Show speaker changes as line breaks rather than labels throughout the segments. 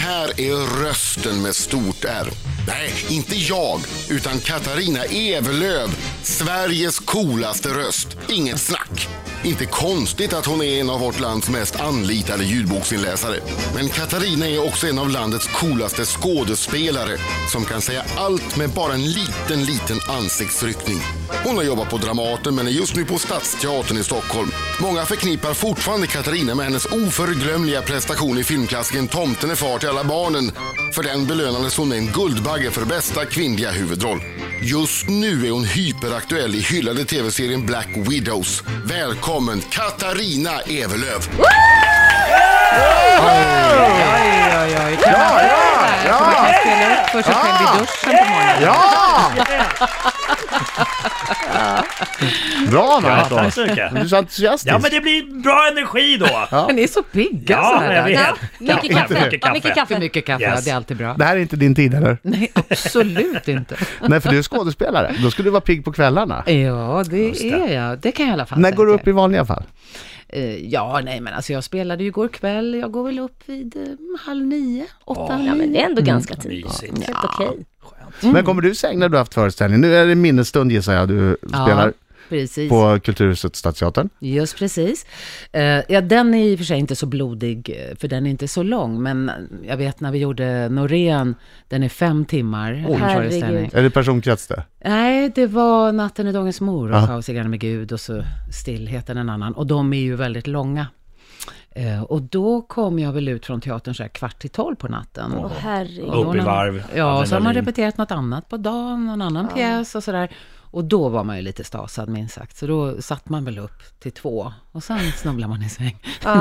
här är rösten med stort R. Nej, inte jag, utan Katarina Evelöv, Sveriges coolaste röst. Inget snack. Inte konstigt att hon är en av vårt lands mest anlitade ljudboksinläsare. Men Katarina är också en av landets coolaste skådespelare som kan säga allt med bara en liten ansiktsryckning. Hon har jobbat på Dramaten men är just nu på Stadsteatern i Stockholm. Många förknippar fortfarande Katarina med hennes oförglömliga prestation i filmklassiken Tomten är far till alla barnen. För den belönades hon med en Guldbagge för bästa kvinnliga huvudroll. Just nu är hon hyperaktuell i hyllade tv-serien Black Widows. Välkommen Katarina Evelöv!
Oj. Kan man spela upp för sig själv i duschen på morgonen?
Bra,
Ja, tack så mycket.
du är så entusiastisk.
Ja, men det blir bra energi då.
Ja. Men ni är så pigga så
Ja,
här.
jag vet.
Mycket kaffe.
För mycket kaffe,
Yes.
det är alltid bra.
Det här är inte din tid, eller?
Nej, absolut inte.
Nej, för du är skådespelare. Då skulle du vara pigg på kvällarna.
Ja, det är jag. Det kan jag i alla fall
När
säga.
går du upp i vanliga fall?
Men alltså jag spelade ju igår kväll. Jag går väl upp vid 8:30.
Ja, men det är ändå ganska tidigt.
Mysigt.
Helt okej.
Men kommer du i säng när du har haft föreställning? Nu är det minnesstund, gissar jag, du spelar
precis.
på Kulturhuset Stadsteatern.
Just precis. Den är i och för sig inte så blodig, för den är inte så lång. Men jag vet när vi gjorde Norén, den är 5 timmar.
Herregud.
Är det personkrets det?
Nej, det var Natten är dagens mor och Kaos i Granne med Gud och så Stillheten en annan. Och de är ju väldigt långa. Och då kom jag väl ut från teatern så här 11:45 på natten.
Herregud.
Upp i varv.
Ja, och så har man
Adrenalin.
repeterat något annat på dagen, en annan pjäs och sådär. Och då var man ju lite stasad minst sagt. Så då satt man väl upp till 2 och sen snubblar man i säng.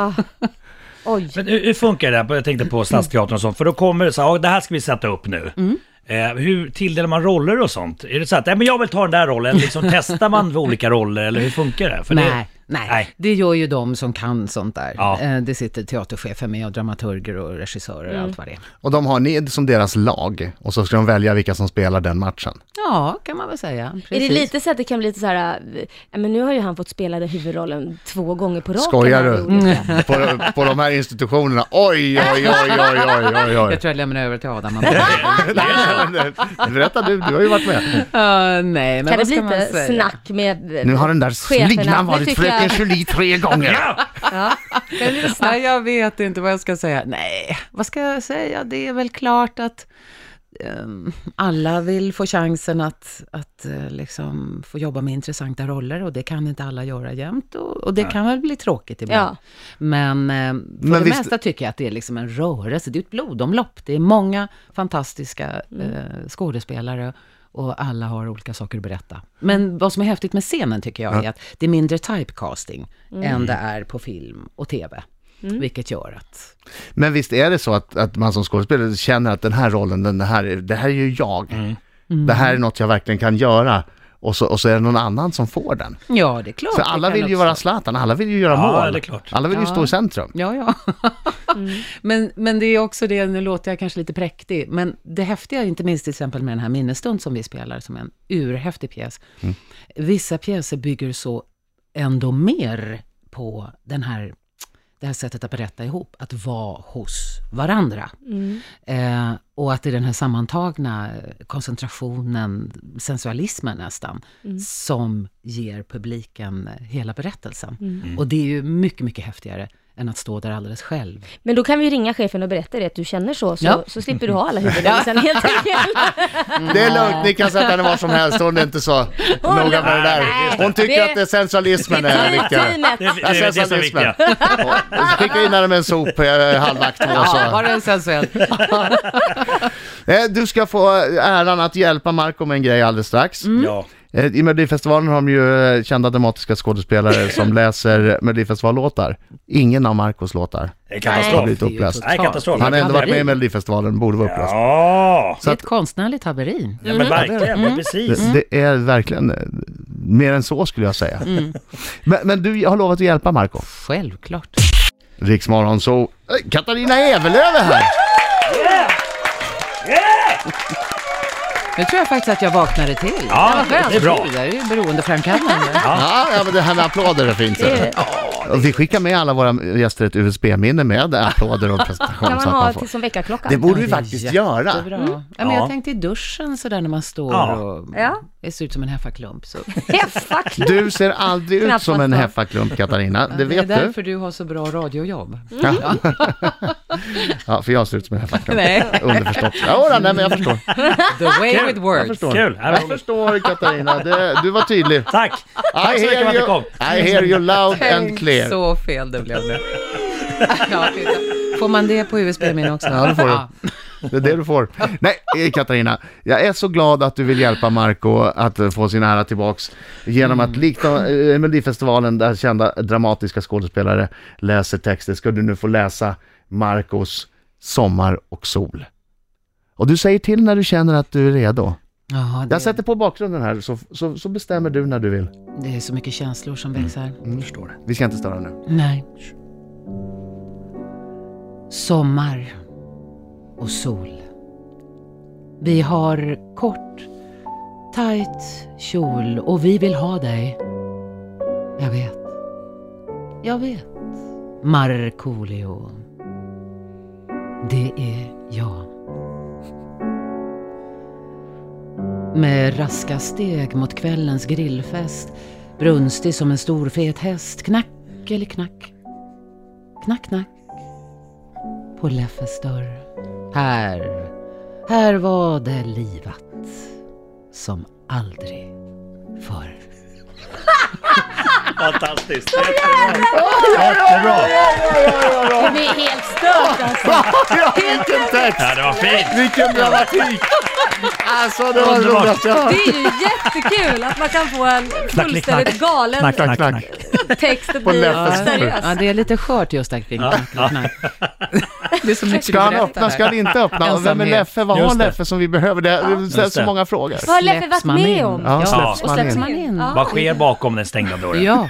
Oj.
Men hur funkar det här? Jag tänkte på Stadsteatern och sånt. För då kommer det så här, det här ska vi sätta upp nu. Hur tilldelar man roller och sånt? Är det så att men jag vill ta den där rollen? Liksom, testar man för olika roller eller hur funkar det? För
Nej, det gör ju de som kan sånt där.
Ja.
Det sitter teaterchefer med och dramaturger och regissörer och allt vad det är.
Och de har ni som deras lag och så ska de välja vilka som spelar den matchen.
Ja, kan man väl säga. Precis.
Är det lite så att det kan bli lite så här, men nu har ju han fått spela den huvudrollen 2 gånger på raken.
Skojar
här
du?
i olika-
På de här institutionerna. Oj.
Jag tror jag lämnar över till Adam.
Berätta du har ju varit med.
Nej, men
Kan det
vad
bli
ska man
lite
säga?
snack med
Nu har den där
cheferna?
slignan
Nu
varit
tycker
fröken
jag-
Julie 3 gånger.
Ja, kan det bli snack?
Nej, jag vet inte vad jag ska säga. Nej, vad ska jag säga? Det är väl klart att alla vill få chansen att liksom få jobba med intressanta roller och det kan inte alla göra jämt och det kan väl bli tråkigt ibland.
Ja.
Men för det mesta tycker jag att det är liksom en rörelse, det är ett blodomlopp. Det är många fantastiska skådespelare och alla har olika saker att berätta. Men vad som är häftigt med scenen tycker jag är att det är mindre typecasting än det är på film och tv. Vilket gör att...
Men visst är det så att man som skådespelare känner att den här rollen, det här är ju jag. Det här är något jag verkligen kan göra. Och så är det någon annan som får den.
Ja, det är klart.
För alla vill ju vara Zlatan, alla vill ju göra mål.
det är klart.
Alla vill ju stå i centrum.
Ja. Men det är också det, nu låter jag kanske lite präktig, men det häftiga, inte minst till exempel med den här minnesstund som vi spelar som en urhäftig pjäs. Vissa pjäser bygger så ändå mer på det här sättet att berätta ihop, att vara hos varandra. Och att det är den här sammantagna koncentrationen, sensualismen nästan, som ger publiken hela berättelsen. Och det är ju mycket, mycket häftigare än att stå där alldeles själv.
Men då kan vi ringa chefen och berätta det att du känner så slipper du ha alla huvuden sen helt enkelt.
Det är lugnt, ni kan sätta henne var som helst. Hon är inte så noga med det där. Hon tycker att det är sensualismen är viktigare.
Det är det som är viktigt.
Skicka in henne med en sop halvakt.
Var det en sensuell?
Du ska få äran att hjälpa Marco med en grej alldeles strax.
Ja.
I Melodifestivalen har de ju kända dramatiska skådespelare som läser Melodifestivallåtar. Ingen av Marcos låtar
Det är
har
katastrof.
blivit uppläst.
Nej, katastrof.
Han har ändå varit med i Melodifestivalen, borde vara uppläst.
Ja.
Det är ett konstnärligt haveri.
Ja, men verkligen, precis.
Det är verkligen mer än så skulle jag säga. Men du har lovat att hjälpa Marco.
Självklart.
Riksmorgon så Katarina Evelöv är här.
Nu tror jag faktiskt att jag vaknade till.
Ja, det är bra.
Det är ju beroendeframkallande.
Ja, men det här med applåder är fint.
Ja,
Och vi skickar med alla våra gäster ett USB-minne med applåder och presentation.
Kan man ha till som väckarklocka?
Det borde vi faktiskt göra.
Ja, men jag tänkte i duschen sådär när man står och det ser ut som en heffaklump. Så.
Heffaklump!
Du ser aldrig ut som en heffaklump, Katarina. Det vet du.
Det är därför du har så bra radiojobb.
Ja, för jag ser ut som en heffaklump.
Nej.
Underförstått. Ja, nej, men jag förstår.
The way with words.
Jag förstår.
Kul.
Jag förstår, Katarina. Du var tydlig.
Tack! Tack så mycket för att du kom.
I hear you loud and clear.
Så fel det blev det. Ja, får man det på USB-minne också?
Ja, det får du. Det är det du får. Nej, Katarina, jag är så glad att du vill hjälpa Marco att få sin ära tillbaks genom att likna Melodifestivalen där kända dramatiska skådespelare läser texter. Ska du nu få läsa Marcos Sommar och sol. Och du säger till när du känner att du är redo.
Ja,
Jag sätter på bakgrunden här så bestämmer du när du vill.
det är så mycket känslor som växer.
Förstår det. Vi ska inte störa nu.
Nej. Sommar och sol. Vi har kort, tajt kjol och vi vill ha dig. Jag vet. Markoolio. Det är jag. Med raska steg mot kvällens grillfest, brunstig som en stor fet häst, knack eller knack. Knack, knack. På Leffes dörr. Här var det livat som aldrig förr.
Fantastiskt. Jättebra.
Det är helt stört alltså.
Vilken text!
Ja, det var fint.
Vilken dramatik! Alltså, det var roligt.
Det är ju jättekul att man kan få en fullständigt galen
Knack.
text att
På
bli
Leffes
seriös.
Ja, det är lite skört just där kring knack. Det är så mycket
Ska han
du berättar
öppna,
här.
ska han inte öppna? Och vem är Leffe? Vad har
Just det.
Leffe som vi behöver? Det ställs så många frågor.
Vad har Leffe varit
Släpps man
med
in?
om?
Ja,
Ja,
släpps
Och
man
släpps
in.
man in? Ja.
Vad sker bakom den stängda dörren?
Ja,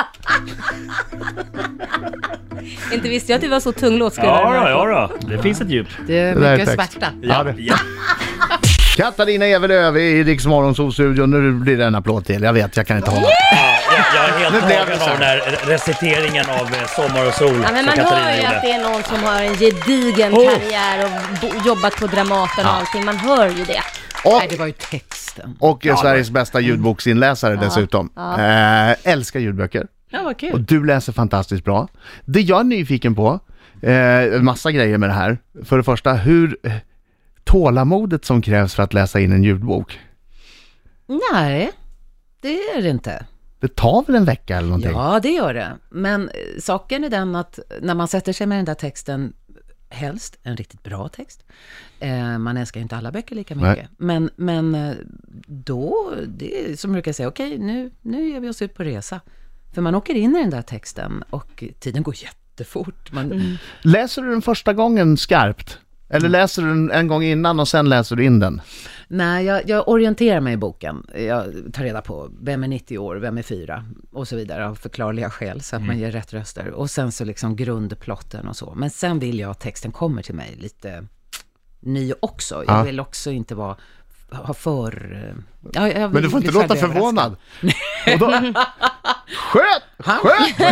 Inte visste jag att det var så tung låtskrivare.
Ja då. Det finns ett djup.
det är
Det där är
mycket
text.
svärta.
Ja, det. Katarina Evelöv i Rix Morgonzoo-studion. Nu blir det en applåd till. Jag vet, jag kan inte hålla.
Jag är helt
Nu blev det
tagen
så.
av den här reciteringen av Sommar och sol.
Ja, men man
som
hör
Katarina
ju
gjorde.
att det är någon som har en gedigen karriär och jobbat på Dramaten och allting. Man hör ju det.
Nej, det var ju texten.
Och Sveriges bästa ljudboksinläsare dessutom. Älskar ljudböcker.
Ja, vad
Och
kul.
du läser fantastiskt bra. Det jag är nyfiken på, massa grejer med det här. För det första, hur tålamodet som krävs för att läsa in en ljudbok.
Nej, det är det inte.
Det tar väl en vecka eller någonting?
Ja, det gör det. Men saken är den att när man sätter sig med den där texten, helst en riktigt bra text. Man älskar ju inte alla böcker lika mycket. Men då, det är som brukar säga, okej, nu ger vi oss ut på resa. För man åker in i den där texten och tiden går jättefort.
Läser du den första gången skarpt? Eller läser du den en gång innan och sen läser du in den?
Nej, jag orienterar mig i boken. Jag tar reda på vem är 90 år, vem är 4 och så vidare av förklarliga skäl så att man ger rätt röster. Och sen så liksom grundplotten och så. Men sen vill jag att texten kommer till mig lite ny också. Jag vill också inte ha för... Jag
Men du får inte låta förvånad. Och då, sköt han!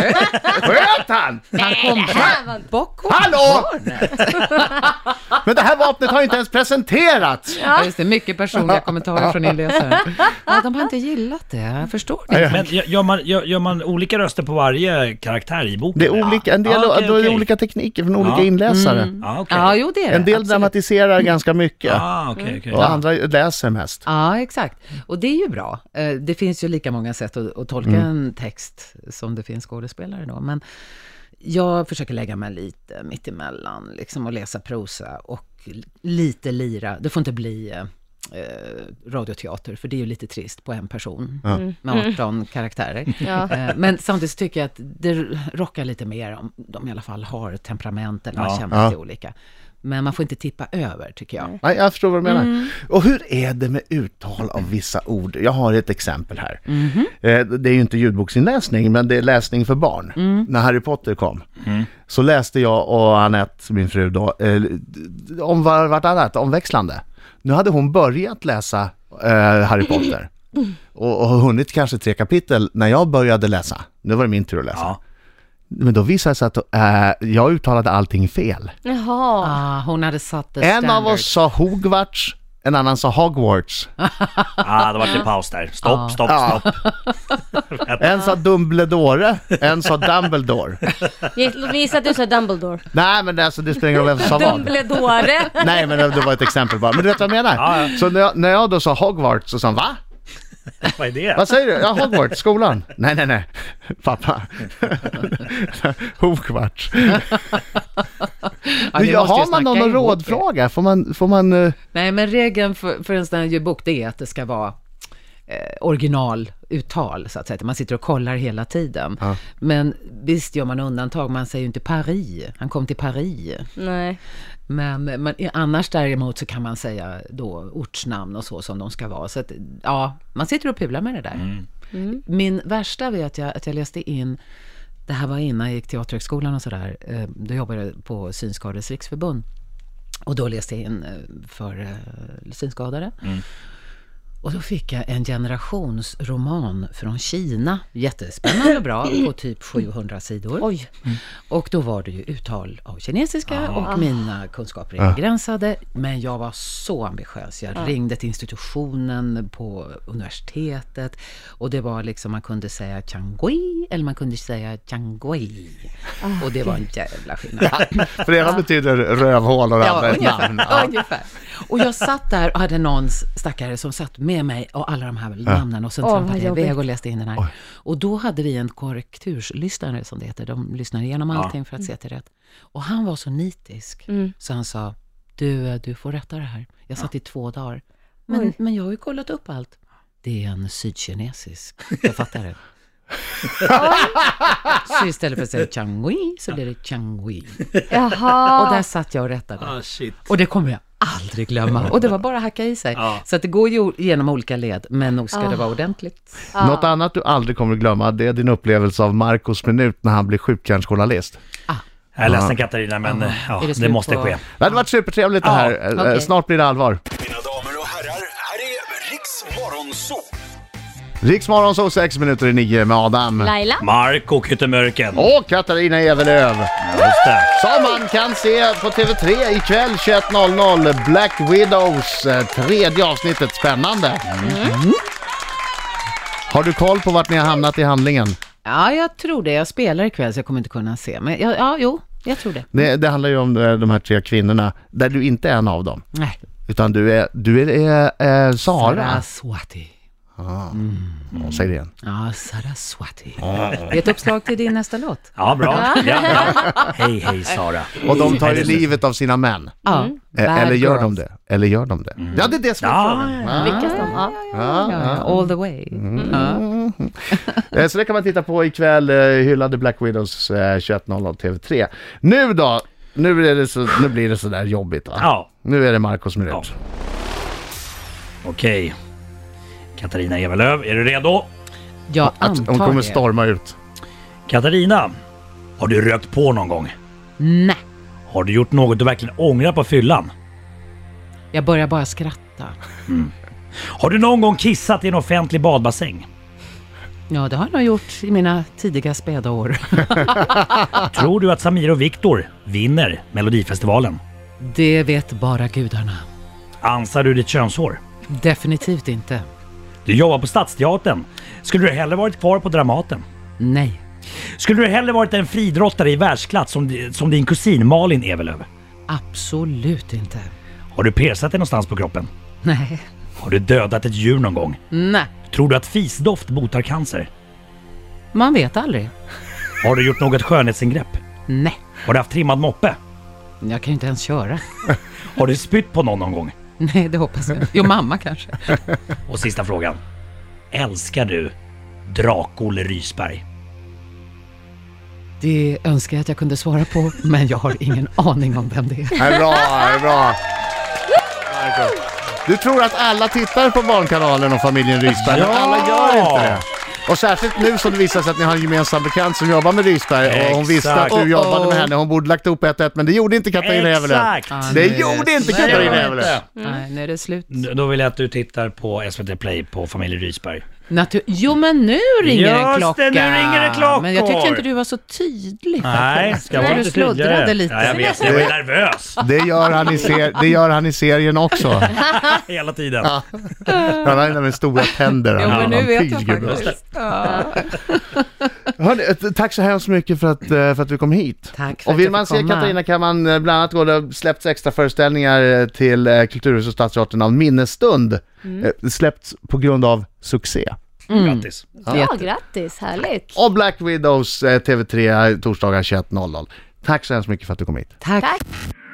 Han kom bakom.
Hallå! Men det här vapnet har inte ens presenterats.
Ja, just det, mycket personliga kommentarer från inläsaren. Ja, de har inte gillat det, jag förstår det.
Men gör man olika röster på varje karaktär i boken?
Det är olika, en del
okej.
Då är det olika tekniker från olika inläsare.
Ja, okej.
Ja, jo det är det.
En del
absolut.
dramatiserar ganska mycket.
Okej.
Och andra läser mest.
Ja, exakt. Och det är ju bra. Det finns ju lika många sätt att tolka en text som det finns skådespelare då. Men jag försöker lägga mig lite mitt emellan liksom, och läsa prosa och lite lira. Det får inte bli radioteater, för det är ju lite trist på en person med 18 karaktärer.
Ja.
Men samtidigt tycker jag att det rockar lite mer om de i alla fall har temperament eller man känner lite olika. Men man får inte tippa över, tycker jag.
Nej, jag förstår vad du menar. Och hur är det med uttal av vissa ord? Jag har ett exempel här. Det är ju inte ljudboksinläsning, men det är läsning för barn. När Harry Potter kom så läste jag och Annette, min fru då, om vartannat, omväxlande. Nu hade hon börjat läsa Harry Potter och hunnit kanske 3 kapitel när jag började läsa. Nu var det min tur att läsa. Men då visade det sig att jag uttalade allting fel.
Jaha.
Hon hade satt det
En
standard.
av oss sa Hogwarts, en annan sa Hogwarts.
Det var det paus där. Stopp.
En sa Dumbledore, en sa Dumbledore.
Visa att du sa Dumbledore.
Nej, men det spelar ingen roll vem som sa vad.
Dumbledore.
Nej, men det var ett exempel bara. Men du vet vad jag menar?
Ja.
Så när jag då sa Hogwarts så sa han, va?
Vad är det?
Vad säger du? Ja, Hogwarts, skolan. Nej. Pappa. Hogwarts.
Ja, ni måste ju
Har man
snacka
någon
ihop
rådfråga? Får man
Nej, men regeln för en sån här ljudbok, det är att det ska vara originaluttal, så att säga. Man sitter och kollar hela tiden.
Ja.
Men visst gör man undantag. Man säger ju inte Paris. Han kom till Paris.
Nej.
Men annars däremot så kan man säga då ortsnamn och så som de ska vara. Så att, ja, man sitter och pular med det där. Min värsta vet jag att jag läste in, det här var innan jag gick till Teaterhögskolan och sådär. Då jobbade jag på Synskadades riksförbund. Och då läste jag in för synskadade. Och då fick jag en generationsroman från Kina. Jättespännande och bra, på typ 700 sidor.
Oj.
Och då var det ju uttal av kinesiska och mina kunskaper är begränsade. Men jag var så ambitiös. Jag ringde till institutionen på universitetet. Och det var liksom, man kunde säga Changui eller man kunde säga Changui. Och det var en jävla skillnad.
För det betyder rövhål och andra ett namn. Ja.
Ungefär. Och jag satt där och hade någon stackare som satt med mig och alla de här namnen och sen trampade jag iväg och läste in den här. Och då hade vi en korrekturslyssnare som det heter. De lyssnar igenom allting för att se till rätt. Och han var så nitisk. Så han sa, du får rätta det här. Jag satt i 2 dagar. Men jag har ju kollat upp allt. Det är en sydkinesisk författare. Så istället för att säga Changui så blir det Changui.
Jaha.
Och där satt jag och rättade.
Shit.
Och det kommer jag aldrig glömma. Och det var bara att hacka i sig. Så att det går ju genom olika led, men nog ska det vara ordentligt.
Något annat du aldrig kommer att glömma, det är din upplevelse av Marcos minut när han blir skjutjärnsjournalist.
Jag är ledsen Katarina, men det måste ske.
Det hade varit supertrevligt det här.
okej.
Snart blir det allvar.
Mina damer och herrar, här är Riks Morgonzoo.
Riks Morgonzoo 6 minuter i 9 med Adam.
Laila.
Marco Kyttemörken.
Och Katarina Evelöv.
Just det.
Som man kan se på TV3 ikväll 21.00. Black Widows, 3:e avsnittet. Spännande. Har du koll på vart ni har hamnat i handlingen?
Ja, jag tror det. Jag spelar ikväll så jag kommer inte kunna se. Men jag tror det.
Det handlar ju om de här 3 kvinnorna där du inte är en av dem.
Nej.
Utan du är Sara.
Saraswati.
Säg det igen.
Ja, Saraswati. Det är ett uppslag till din nästa låt.
Ja, bra. Hej Sara.
Och de tar ju livet av sina män.
Ja.
Eller gör de det? Ja, det är det som är frågan.
Lyckas de? Ja.
Ja, all the way.
Så det kan man titta på ikväll. Hyllade Black Widows 21.00 TV3. Nu då? Nu blir det så där jobbigt, va?
Ja.
Nu är det Marcos minut.
Ja. Okej. Katarina Evelöv, är du redo?
Jag
Att
antar
hon kommer
det.
storma ut.
Katarina, har du rökt på någon gång?
Nej,
Har du gjort något du verkligen ångrar på fyllan?
jag börjar bara skratta.
Har du någon gång kissat i en offentlig badbassäng?
Ja, det har jag gjort i mina tidiga späda år.
Tror du att Samir och Viktor vinner Melodifestivalen?
Det vet bara gudarna.
Ansar du ditt könshår?
Definitivt inte.
Du jobbar på Stadsteatern. Skulle du hellre varit kvar på Dramaten?
Nej.
Skulle du hellre varit en fridrottare i världsklass som din kusin Malin Evelöv?
Absolut inte.
Har du persat dig någonstans på kroppen?
Nej.
Har du dödat ett djur någon gång?
Nej.
Tror du att fisdoft botar cancer?
Man vet aldrig.
Har du gjort något skönhetsingrepp?
Nej.
Har du haft trimmad moppe?
Jag kan ju inte ens köra.
Har du spytt på någon gång?
Nej, det hoppas jag. Jo, mamma kanske.
Och sista frågan. Älskar du Drak-Olle Rysberg?
Det önskar jag att jag kunde svara på, men jag har ingen aning om vem det är.
Det är bra. Du tror att alla tittar på Barnkanalen och familjen Rysberg, men alla gör inte det. Och särskilt nu som det visar sig att ni har en gemensam bekant som jobbar med Rysberg och hon visste att du jobbade med henne. Hon borde lagt upp 1-1, men det gjorde inte Katarina Evelöv.
Exakt!
Det gjorde inte Katarina Evelöv.
Nej, nu är det slut.
Då vill jag att du tittar på SVT Play på familjen Rysberg.
Jo, men nu ringer en
Just
klocka.
det, nu ringer det klockor.
Men jag tyckte inte du var så tydlig.
Nej, ska vara
Du
lite
sloddrade
tydligare.
lite.
Ja, jag vet, jag är nervös
Det gör han i serien också.
hela tiden.
Han har med stora tänder.
Jo,
Han
men nu
har
vet jag
pyggbra.
faktiskt. Ja.
Hörni, tack så hemskt mycket för att du kom hit.
Tack för
Och vill
att
man
jag fick
se
komma.
Katarina kan man bland annat gå, det har släppts extra föreställningar till Kulturhuset och Stadsteatern av Minnesstund. Släppts på grund av succé.
Grattis.
Ja, grattis, härligt.
Och Black Widows TV3 torsdagar 21.00. Tack så hemskt mycket för att du kom hit.
Tack.
Tack.